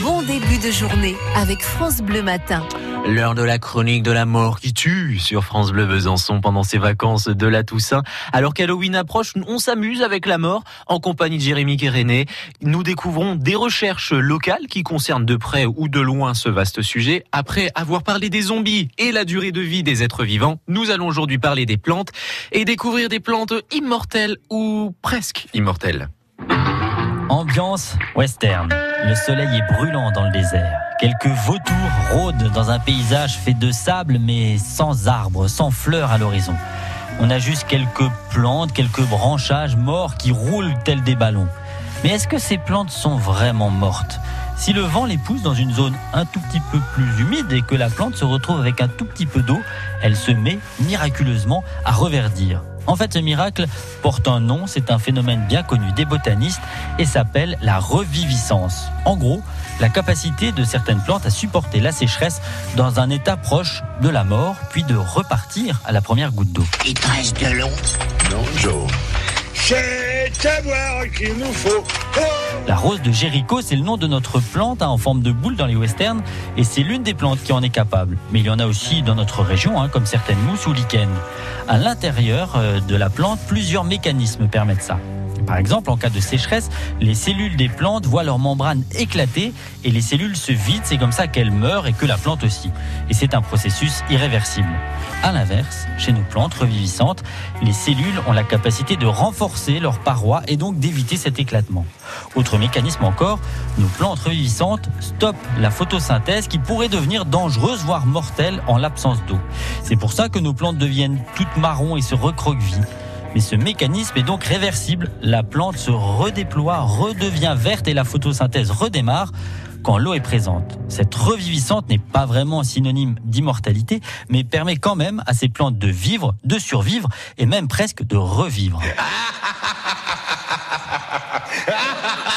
bon début de journée avec France Bleu Matin. L'heure de la chronique de la mort qui tue sur France Bleu Besançon pendant ses vacances de la Toussaint. Alors qu'Halloween approche, on s'amuse avec la mort en compagnie de Jérémy Kéréné. Nous découvrons des recherches locales qui concernent de près ou de loin ce vaste sujet. Après avoir parlé des zombies et la durée de vie des êtres vivants, nous allons aujourd'hui parler des plantes et découvrir des plantes immortelles ou presque immortelles. Ambiance western. Le soleil est brûlant dans le désert. Quelques vautours rôdent dans un paysage fait de sable mais sans arbres, sans fleurs à l'horizon. On a juste quelques plantes, quelques branchages morts qui roulent tels des ballons. Mais est-ce que ces plantes sont vraiment mortes ? Si le vent les pousse dans une zone un tout petit peu plus humide et que la plante se retrouve avec un tout petit peu d'eau, elle se met miraculeusement à reverdir. En fait, ce miracle porte un nom, c'est un phénomène bien connu des botanistes et s'appelle la reviviscence. En gros, la capacité de certaines plantes à supporter la sécheresse dans un état proche de la mort, puis de repartir à la première goutte d'eau. Il te reste de l'eau? Non, Joe. C'est savoir qu'il nous faut. La rose de Jéricho, c'est le nom de notre plante en forme de boule dans les westerns et c'est l'une des plantes qui en est capable. Mais il y en a aussi dans notre région, comme certaines mousses ou lichens. À l'intérieur de la plante, plusieurs mécanismes permettent ça. Par exemple, en cas de sécheresse, les cellules des plantes voient leur membrane éclater et les cellules se vident. C'est comme ça qu'elles meurent et que la plante aussi. Et c'est un processus irréversible. À l'inverse, chez nos plantes revivissantes, les cellules ont la capacité de renforcer leurs parois et donc d'éviter cet éclatement. Autre mécanisme encore, nos plantes revivissantes stoppent la photosynthèse qui pourrait devenir dangereuse, voire mortelle en l'absence d'eau. C'est pour ça que nos plantes deviennent toutes marrons et se recroquevillent. Mais ce mécanisme est donc réversible. La plante se redéploie, redevient verte et la photosynthèse redémarre quand l'eau est présente. Cette reviviscente n'est pas vraiment synonyme d'immortalité, mais permet quand même à ces plantes de vivre, de survivre et même presque de revivre.